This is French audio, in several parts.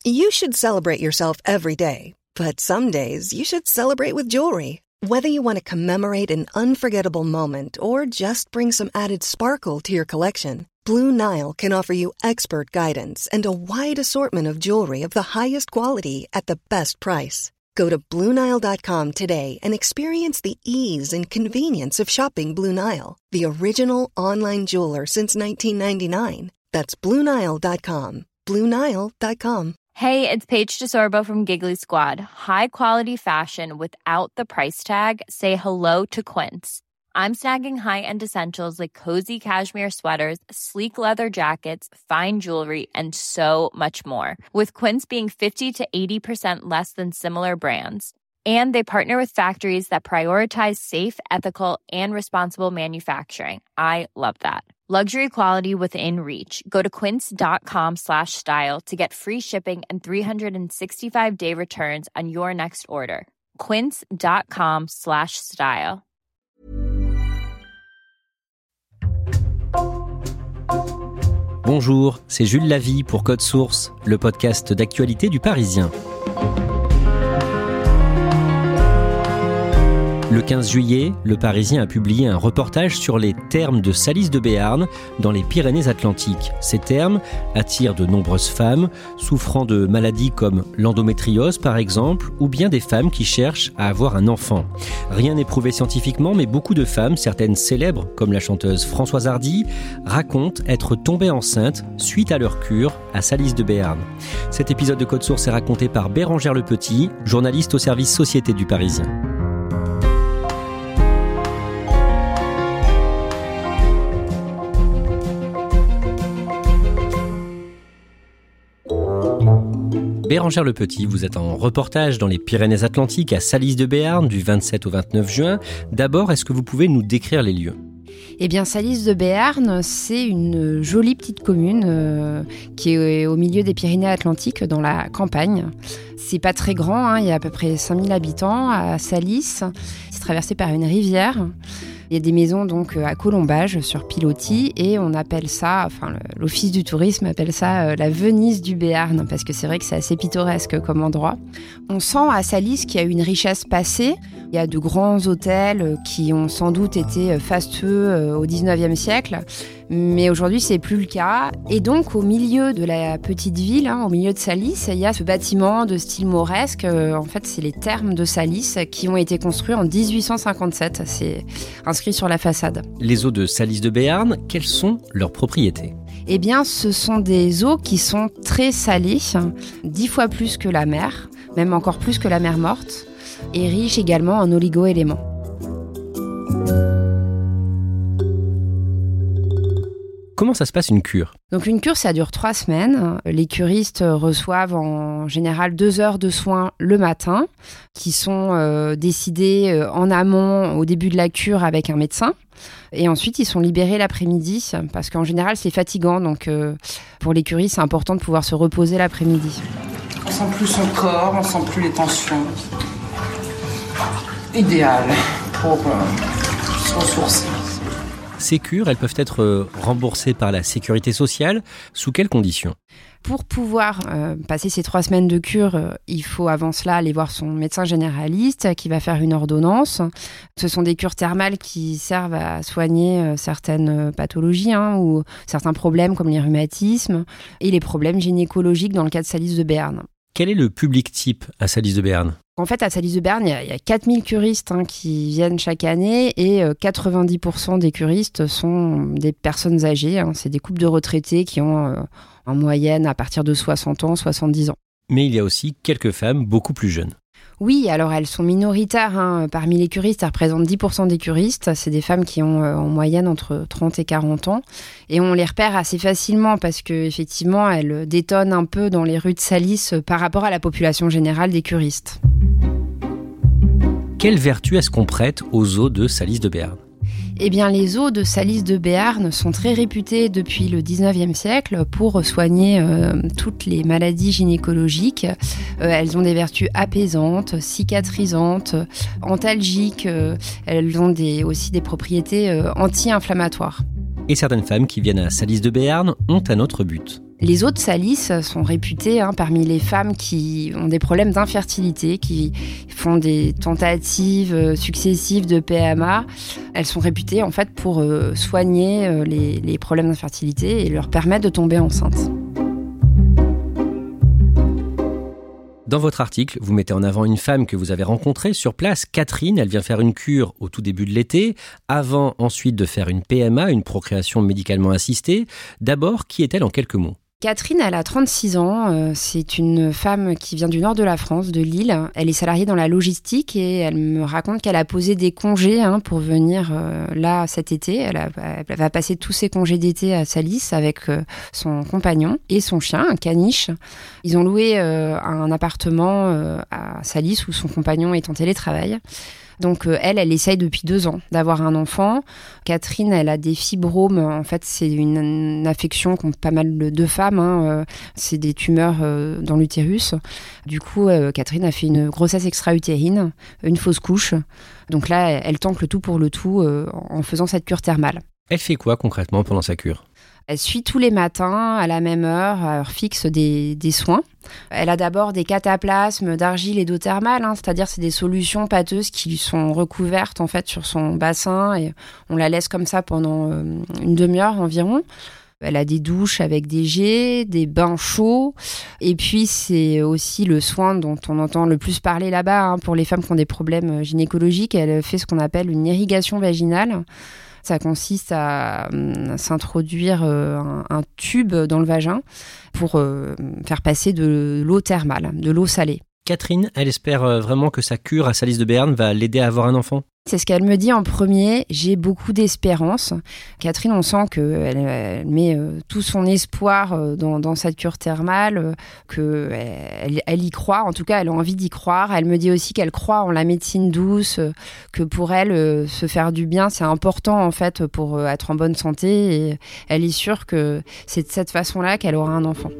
You should celebrate yourself every day, but some days you should celebrate with jewelry. Whether you want to commemorate an unforgettable moment or just bring some added sparkle to your collection, Blue Nile can offer you expert guidance and a wide assortment of jewelry of the highest quality at the best price. Go to BlueNile.com today and experience the ease and convenience of shopping Blue Nile, the original online jeweler since 1999. That's BlueNile.com. BlueNile.com. Hey, it's Paige DeSorbo from Giggly Squad. High quality fashion without the price tag. Say hello to Quince. I'm snagging high-end essentials like cozy cashmere sweaters, sleek leather jackets, fine jewelry, and so much more. With Quince being 50 to 80% less than similar brands. And they partner with factories that prioritize safe, ethical, and responsible manufacturing. I love that. Luxury quality within reach. Go to quince.com/style to get free shipping and 365-day returns on your next order. Quince.com/style. Bonjour, c'est Jules Lavie pour Code Source, le podcast d'actualité du Parisien. Le 15 juillet, le Parisien a publié un reportage sur les thermes de Salis de Béarn dans les Pyrénées-Atlantiques. Ces thermes attirent de nombreuses femmes souffrant de maladies comme l'endométriose par exemple, ou bien des femmes qui cherchent à avoir un enfant. Rien n'est prouvé scientifiquement, mais beaucoup de femmes, certaines célèbres comme la chanteuse Françoise Hardy, racontent être tombées enceintes suite à leur cure à Salis de Béarn. Cet épisode de Code Source est raconté par Bérangère Lepetit, journaliste au service Société du Parisien. Bérangère Lepetit, vous êtes en reportage dans les Pyrénées-Atlantiques à Salis de Béarn du 27 au 29 juin. D'abord, est-ce que vous pouvez nous décrire les lieux ? Eh bien, Salis de Béarn, c'est une jolie petite commune qui est au milieu des Pyrénées-Atlantiques, dans la campagne. C'est pas très grand, il y a à peu près 5000 habitants à Salis. C'est traversé par une rivière. Il y a des maisons donc à colombage sur pilotis et on appelle ça, l'Office du tourisme appelle ça la Venise du Béarn parce que c'est vrai que c'est assez pittoresque comme endroit. On sent à Salis qu'il y a une richesse passée. Il y a de grands hôtels qui ont sans doute été fastueux au 19e siècle, mais aujourd'hui c'est plus le cas. Et donc au milieu de la petite ville, au milieu de Salis, il y a ce bâtiment de style mauresque. En fait, c'est les thermes de Salis qui ont été construits en 1857. C'est inscrit sur la façade. Les eaux de Salis de Béarn, quelles sont leurs propriétés ? Eh bien, ce sont des eaux qui sont très salées, 10 fois plus que la mer, même encore plus que la mer morte, et riches également en oligo-éléments. Comment ça se passe une cure ? Donc une cure, ça dure 3 semaines. Les curistes reçoivent en général 2 heures de soins le matin, qui sont décidées en amont au début de la cure avec un médecin. Et ensuite, ils sont libérés l'après-midi, parce qu'en général, c'est fatigant. Donc pour les curistes, c'est important de pouvoir se reposer l'après-midi. On sent plus son corps, on sent plus les tensions. Idéal pour se ressourcer. Ces cures, elles peuvent être remboursées par la sécurité sociale. Sous quelles conditions ? Pour pouvoir passer ces 3 semaines de cure, il faut avant cela aller voir son médecin généraliste qui va faire une ordonnance. Ce sont des cures thermales qui servent à soigner certaines pathologies ou certains problèmes comme les rhumatismes et les problèmes gynécologiques dans le cas de Salis de Béarn. Quel est le public type à Salis de Béarn ? En fait, à Salis de Béarn, il y a 4000 curistes qui viennent chaque année et 90% des curistes sont des personnes âgées. C'est des couples de retraités qui ont en moyenne à partir de 60 ans, 70 ans. Mais il y a aussi quelques femmes beaucoup plus jeunes. Oui, alors elles sont minoritaires. Parmi les curistes, elles représentent 10% des curistes. C'est des femmes qui ont en moyenne entre 30 et 40 ans. Et on les repère assez facilement parce qu'effectivement, elles détonnent un peu dans les rues de Salis par rapport à la population générale des curistes. Quelle vertu est-ce qu'on prête aux eaux de Salis de Béarn ? Eh bien, les eaux de Salis de Béarn sont très réputées depuis le 19e siècle pour soigner toutes les maladies gynécologiques. Elles ont des vertus apaisantes, cicatrisantes, antalgiques. Elles ont aussi des propriétés anti-inflammatoires. Et certaines femmes qui viennent à Salis de Béarn ont un autre but. Les eaux de Salis sont réputées parmi les femmes qui ont des problèmes d'infertilité, qui font des tentatives successives de PMA. Elles sont réputées en fait pour soigner les problèmes d'infertilité et leur permettre de tomber enceinte. Dans votre article, vous mettez en avant une femme que vous avez rencontrée sur place, Catherine. Elle vient faire une cure au tout début de l'été, avant ensuite de faire une PMA, une procréation médicalement assistée. D'abord, qui est-elle en quelques mots ? Catherine, elle a 36 ans, c'est une femme qui vient du nord de la France, de Lille. Elle est salariée dans la logistique et elle me raconte qu'elle a posé des congés pour venir là cet été. Elle va passer tous ses congés d'été à Salis avec son compagnon et son chien, un caniche. Ils ont loué un appartement à Salis où son compagnon est en télétravail. Donc elle essaye depuis 2 ans d'avoir un enfant. Catherine, elle a des fibromes. En fait, c'est une affection qu'ont pas mal de femmes. C'est des tumeurs dans l'utérus. Du coup, Catherine a fait une grossesse extra-utérine, une fausse couche. Donc là, elle tente le tout pour le tout en faisant cette cure thermale. Elle fait quoi concrètement pendant sa cure ? Elle suit tous les matins, à la même heure, à heure fixe, des soins. Elle a d'abord des cataplasmes d'argile et d'eau thermale, c'est-à-dire c'est des solutions pâteuses qui sont recouvertes en fait sur son bassin et on la laisse comme ça pendant une demi-heure environ. Elle a des douches avec des jets, des bains chauds. Et puis, c'est aussi le soin dont on entend le plus parler là-bas pour les femmes qui ont des problèmes gynécologiques. Elle fait ce qu'on appelle une irrigation vaginale. Ça consiste à s'introduire un tube dans le vagin pour faire passer de l'eau thermale, de l'eau salée. Catherine, elle espère vraiment que sa cure à Salis de Béarn va l'aider à avoir un enfant ? C'est ce qu'elle me dit en premier. J'ai beaucoup d'espérance. Catherine, on sent qu'elle met tout son espoir dans cette cure thermale, qu'elle y croit. En tout cas, elle a envie d'y croire. Elle me dit aussi qu'elle croit en la médecine douce, que pour elle, se faire du bien, c'est important en fait pour être en bonne santé. Et elle est sûre que c'est de cette façon-là qu'elle aura un enfant.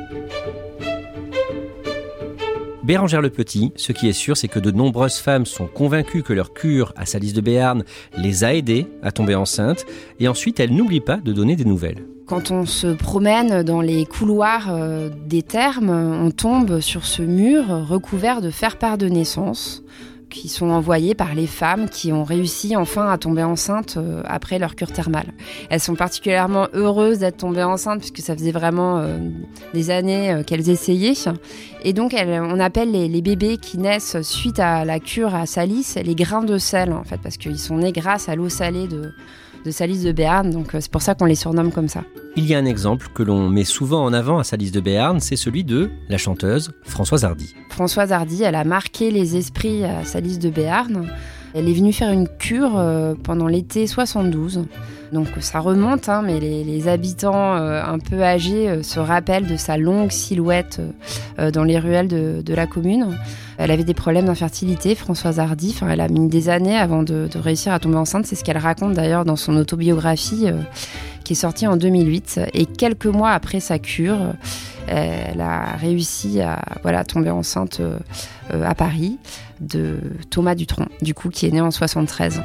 Bérengère Lepetit, ce qui est sûr, c'est que de nombreuses femmes sont convaincues que leur cure à Salis de Béarn les a aidées à tomber enceintes et ensuite elles n'oublient pas de donner des nouvelles. Quand on se promène dans les couloirs des thermes, on tombe sur ce mur recouvert de faire-part de naissance qui sont envoyés par les femmes qui ont réussi enfin à tomber enceintes après leur cure thermale. Elles sont particulièrement heureuses d'être tombées enceintes puisque ça faisait vraiment des années qu'elles essayaient. Et donc on appelle les bébés qui naissent suite à la cure à Salis les grains de sel en fait parce qu'ils sont nés grâce à l'eau salée de Salis de Béarn, donc c'est pour ça qu'on les surnomme comme ça. Il y a un exemple que l'on met souvent en avant à Salis de Béarn, c'est celui de la chanteuse Françoise Hardy. Françoise Hardy, elle a marqué les esprits à Salis de Béarn. Elle est venue faire une cure pendant l'été 72. Donc ça remonte, mais les habitants un peu âgés se rappellent de sa longue silhouette dans les ruelles de la commune. Elle avait des problèmes d'infertilité, Françoise Hardy. Elle a mis des années avant de réussir à tomber enceinte. C'est ce qu'elle raconte d'ailleurs dans son autobiographie qui est sortie en 2008. Et quelques mois après sa cure, elle a réussi à tomber enceinte à Paris de Thomas Dutronc, du coup, qui est né en 73.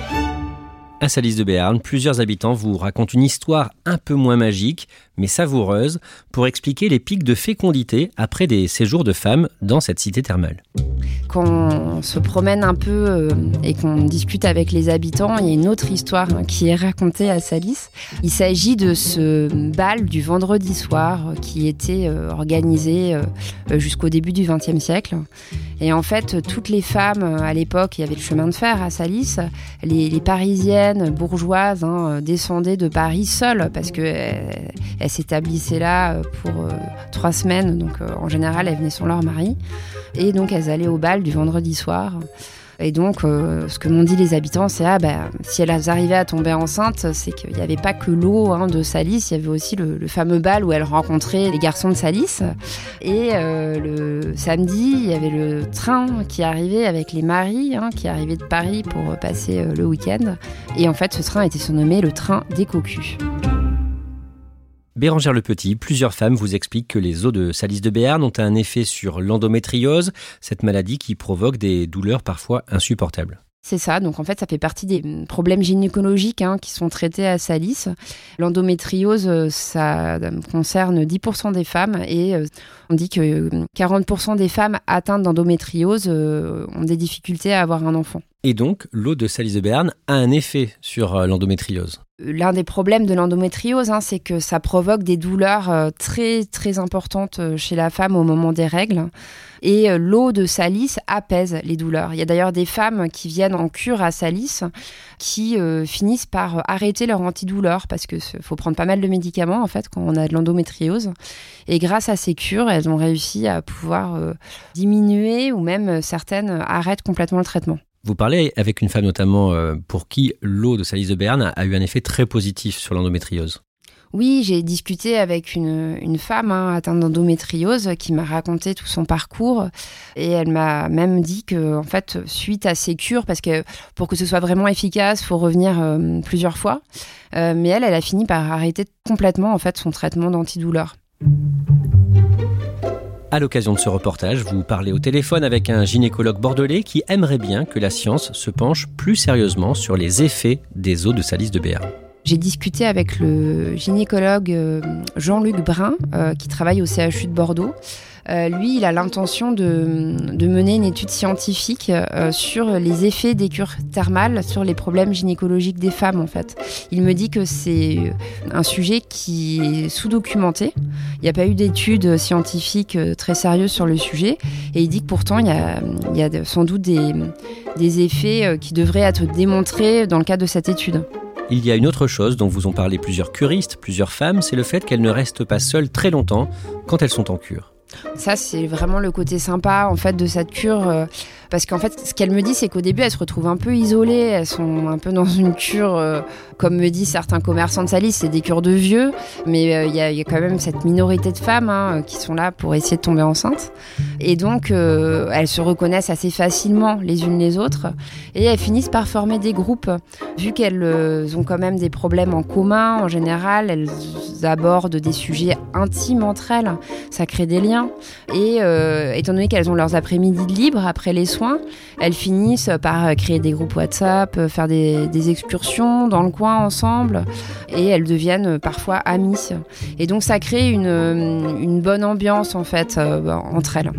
À Salis de Béarn, plusieurs habitants vous racontent une histoire un peu moins magique, mais savoureuse, pour expliquer les pics de fécondité après des séjours de femmes dans cette cité thermale. Quand on se promène un peu et qu'on discute avec les habitants, il y a une autre histoire qui est racontée à Salis. Il s'agit de ce bal du vendredi soir qui était organisé jusqu'au début du XXe siècle. Et en fait, toutes les femmes, à l'époque, il y avait le chemin de fer à Salis, les Parisiennes bourgeoises descendaient de Paris seules parce qu'elles s'établissaient là pour 3 semaines. Donc en général, elles venaient sans leur mari. Et donc elles allaient au bal du vendredi soir. Et donc, ce que m'ont dit les habitants, c'est si elles arrivaient à tomber enceintes, c'est qu'il n'y avait pas que l'eau de Salis, il y avait aussi le fameux bal où elles rencontraient les garçons de Salis. Et le samedi, il y avait le train qui arrivait avec les maris, qui arrivaient de Paris pour passer le week-end. Et en fait, ce train était surnommé le train des cocus. Bérengère Lepetit, plusieurs femmes vous expliquent que les eaux de Salis de Béarn ont un effet sur l'endométriose, cette maladie qui provoque des douleurs parfois insupportables. C'est ça, donc en fait ça fait partie des problèmes gynécologiques qui sont traités à Salis. L'endométriose, ça concerne 10% des femmes et on dit que 40% des femmes atteintes d'endométriose ont des difficultés à avoir un enfant. Et donc, l'eau de Salis de Béarn a un effet sur l'endométriose. L'un des problèmes de l'endométriose, c'est que ça provoque des douleurs très, très importantes chez la femme au moment des règles. Et l'eau de Salis apaise les douleurs. Il y a d'ailleurs des femmes qui viennent en cure à Salis qui finissent par arrêter leur antidouleur parce qu'il faut prendre pas mal de médicaments en fait quand on a de l'endométriose. Et grâce à ces cures, elles ont réussi à pouvoir diminuer ou même certaines arrêtent complètement le traitement. Vous parlez avec une femme notamment pour qui l'eau de Salis de Béarn a eu un effet très positif sur l'endométriose. Oui, j'ai discuté avec une femme atteinte d'endométriose qui m'a raconté tout son parcours et elle m'a même dit que en fait, suite à ces cures, parce que pour que ce soit vraiment efficace, il faut revenir plusieurs fois, mais elle a fini par arrêter complètement en fait son traitement d'antidouleur. À l'occasion de ce reportage, vous parlez au téléphone avec un gynécologue bordelais qui aimerait bien que la science se penche plus sérieusement sur les effets des eaux de Salis de Béarn. J'ai discuté avec le gynécologue Jean-Luc Brun, qui travaille au CHU de Bordeaux. Lui, il a l'intention de mener une étude scientifique sur les effets des cures thermales sur les problèmes gynécologiques des femmes, en fait. Il me dit que c'est un sujet qui est sous-documenté. Il n'y a pas eu d'études scientifiques très sérieuses sur le sujet. Et il dit que pourtant, il y a sans doute des effets qui devraient être démontrés dans le cadre de cette étude. Il y a une autre chose dont vous ont parlé plusieurs curistes, plusieurs femmes, c'est le fait qu'elles ne restent pas seules très longtemps quand elles sont en cure. Ça, c'est vraiment le côté sympa en fait de cette cure, parce qu'en fait, ce qu'elle me dit, c'est qu'au début, elles se retrouvent un peu isolées, elles sont un peu dans une cure, comme me disent certains commerçants de Salis, c'est des cures de vieux, mais il y a quand même cette minorité de femmes qui sont là pour essayer de tomber enceintes, et donc elles se reconnaissent assez facilement les unes les autres, et elles finissent par former des groupes, vu qu'elles ont quand même des problèmes en commun, en général, elles abordent des sujets intimes entre elles, ça crée des liens. Et étant donné qu'elles ont leurs après-midi libres après les soins, elles finissent par créer des groupes WhatsApp, faire des excursions dans le coin ensemble et elles deviennent parfois amies. Et donc ça crée une bonne ambiance en fait entre elles.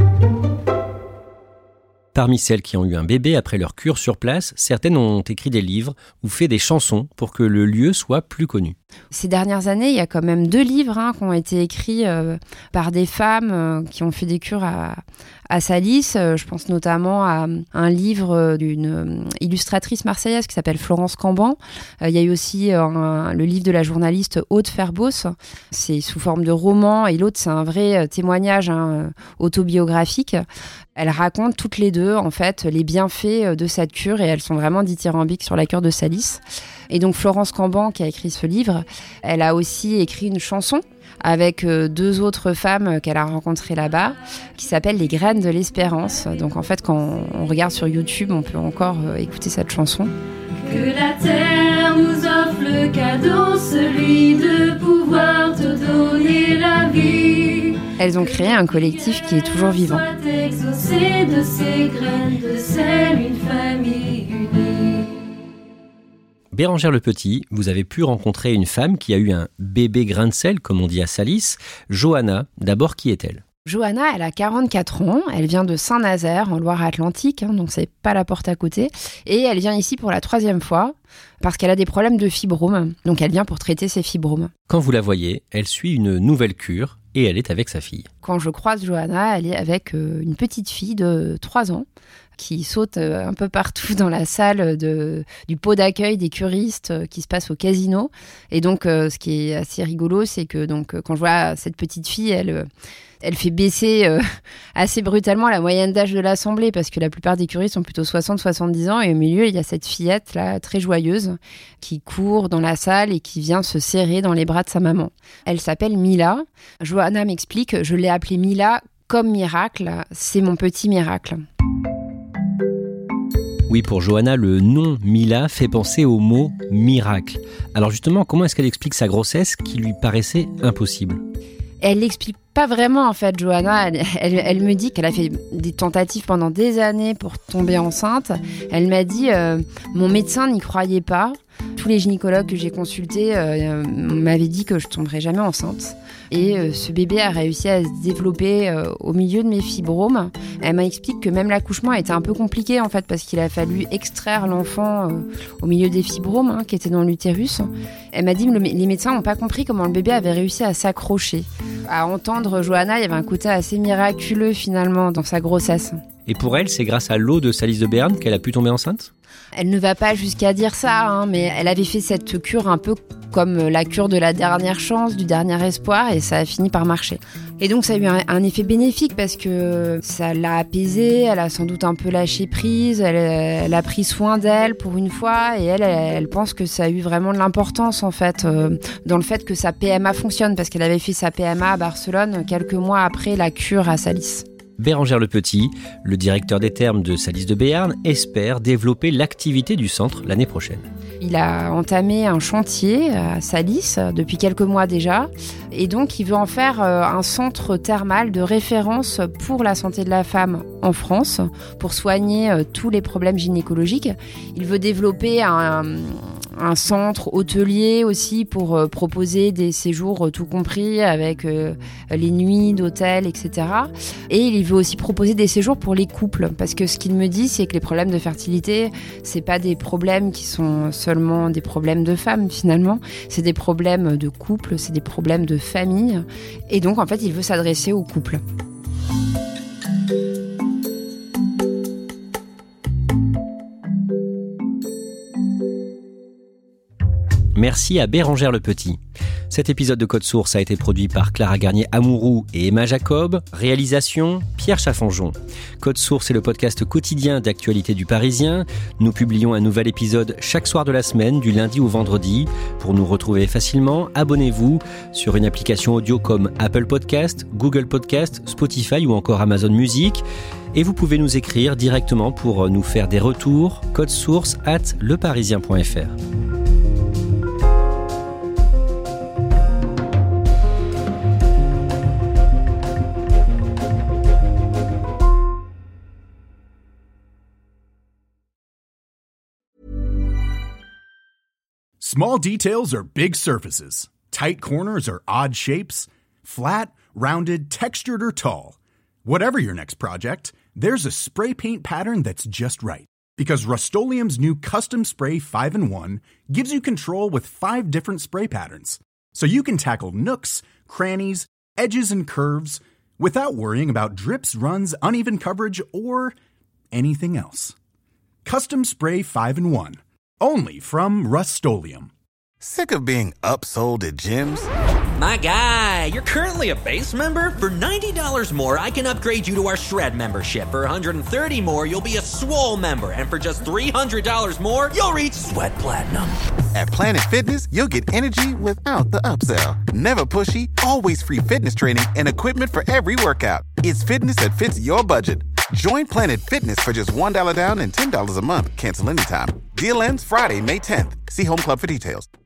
Parmi celles qui ont eu un bébé après leur cure sur place, certaines ont écrit des livres ou fait des chansons pour que le lieu soit plus connu. Ces dernières années, il y a quand même 2 livres qui ont été écrits par des femmes qui ont fait des cures à Salis. Je pense notamment à un livre d'une illustratrice marseillaise qui s'appelle Florence Camban. Il y a eu aussi le livre de la journaliste Aude Ferbos. C'est sous forme de roman et l'autre, c'est un vrai témoignage autobiographique. Elles racontent toutes les deux, en fait, les bienfaits de cette cure et elles sont vraiment dithyrambiques sur la cure de Salis. Et donc, Florence Camban, qui a écrit ce livre, elle a aussi écrit une chanson avec 2 autres femmes qu'elle a rencontrées là-bas, qui s'appelle Les Graines de l'Espérance. Donc, en fait, quand on regarde sur YouTube, on peut encore écouter cette chanson. Que la terre nous offre le cadeau, celui de pouvoir te donner la vie. Elles ont créé un collectif qui est toujours vivant. Soit exaucé de ces graines de sel, une famille unie. Bérangère Le Petit, vous avez pu rencontrer une femme qui a eu un bébé grain de sel, comme on dit à Salis. Johanna, d'abord, qui est-elle ? Johanna, elle a 44 ans, elle vient de Saint-Nazaire, en Loire-Atlantique, donc c'est pas la porte à côté. Et elle vient ici pour la 3e fois, parce qu'elle a des problèmes de fibromes, donc elle vient pour traiter ses fibromes. Quand vous la voyez, elle suit une nouvelle cure et elle est avec sa fille. Quand je croise Johanna, elle est avec une petite fille de 3 ans, qui saute un peu partout dans la salle du pot d'accueil des curistes qui se passe au casino. Et donc, ce qui est assez rigolo, c'est que quand je vois cette petite fille, elle fait baisser assez brutalement la moyenne d'âge de l'assemblée parce que la plupart des curistes ont plutôt 60-70 ans et au milieu, il y a cette fillette là, très joyeuse qui court dans la salle et qui vient se serrer dans les bras de sa maman. Elle s'appelle Mila. Johanna m'explique, je l'ai appelée Mila comme miracle, c'est mon petit miracle. Oui, pour Johanna, le nom Mila fait penser au mot miracle. Alors justement, comment est-ce qu'elle explique sa grossesse qui lui paraissait impossible ? Elle l'explique Pas vraiment en fait, Johanna. Elle me dit qu'elle a fait des tentatives pendant des années pour tomber enceinte. Elle m'a dit mon médecin n'y croyait pas. Tous les gynécologues que j'ai consultés m'avaient dit que je tomberais jamais enceinte. Et ce bébé a réussi à se développer au milieu de mes fibromes. Elle m'a expliqué que même l'accouchement était un peu compliqué en fait parce qu'il a fallu extraire l'enfant au milieu des fibromes qui étaient dans l'utérus. Elle m'a dit que les médecins n'ont pas compris comment le bébé avait réussi à s'accrocher. À entendre Johanna, il y avait un côté assez miraculeux finalement dans sa grossesse. Et pour elle, c'est grâce à l'eau de Salis de Béarn qu'elle a pu tomber enceinte ? Elle ne va pas jusqu'à dire ça, mais elle avait fait cette cure un peu comme la cure de la dernière chance, du dernier espoir, et ça a fini par marcher. Et donc ça a eu un effet bénéfique parce que ça l'a apaisée, elle a sans doute un peu lâché prise, elle a pris soin d'elle pour une fois, et elle pense que ça a eu vraiment de l'importance en fait, dans le fait que sa PMA fonctionne, parce qu'elle avait fait sa PMA à Barcelone quelques mois après la cure à Salis. Bérengère Lepetit, le directeur des thermes de Salis de Béarn, espère développer l'activité du centre l'année prochaine. Il a entamé un chantier à Salis depuis quelques mois déjà, et donc il veut en faire un centre thermal de référence pour la santé de la femme en France, pour soigner tous les problèmes gynécologiques. Il veut développer un centre hôtelier aussi pour proposer des séjours tout compris avec les nuits d'hôtel, etc. Et il veut aussi proposer des séjours pour les couples, parce que ce qu'il me dit, c'est que les problèmes de fertilité, c'est pas des problèmes qui sont seulement des problèmes de femmes finalement, c'est des problèmes de couple, c'est des problèmes de famille. Et donc en fait, il veut s'adresser aux couples. Merci à Bérengère Lepetit. Cet épisode de Code Source a été produit par Clara Garnier-Amouroux et Emma Jacob. Réalisation, Pierre Chaffanjon. Code Source est le podcast quotidien d'actualité du Parisien. Nous publions un nouvel épisode chaque soir de la semaine, du lundi au vendredi. Pour nous retrouver facilement, abonnez-vous sur une application audio comme Apple Podcast, Google Podcast, Spotify ou encore Amazon Music. Et vous pouvez nous écrire directement pour nous faire des retours. codesource@leparisien.fr. Small details are big surfaces. Tight corners are odd shapes. Flat, rounded, textured, or tall. Whatever your next project, there's a spray paint pattern that's just right. Because Rust-Oleum's new Custom Spray 5-in-1 gives you control with 5 different spray patterns. So you can tackle nooks, crannies, edges, and curves without worrying about drips, runs, uneven coverage, or anything else. Custom Spray 5-in-1. Only from Rust-Oleum. Sick of being upsold at gyms? My guy, you're currently a base member. For $90 more, I can upgrade you to our Shred membership. For $130 more, you'll be a Swole member. And for just $300 more, you'll reach Sweat Platinum. At Planet Fitness, you'll get energy without the upsell. Never pushy, always free fitness training and equipment for every workout. It's fitness that fits your budget. Join Planet Fitness for just $1 down and $10 a month. Cancel anytime. Deal ends Friday, May 10th. See Home Club for details.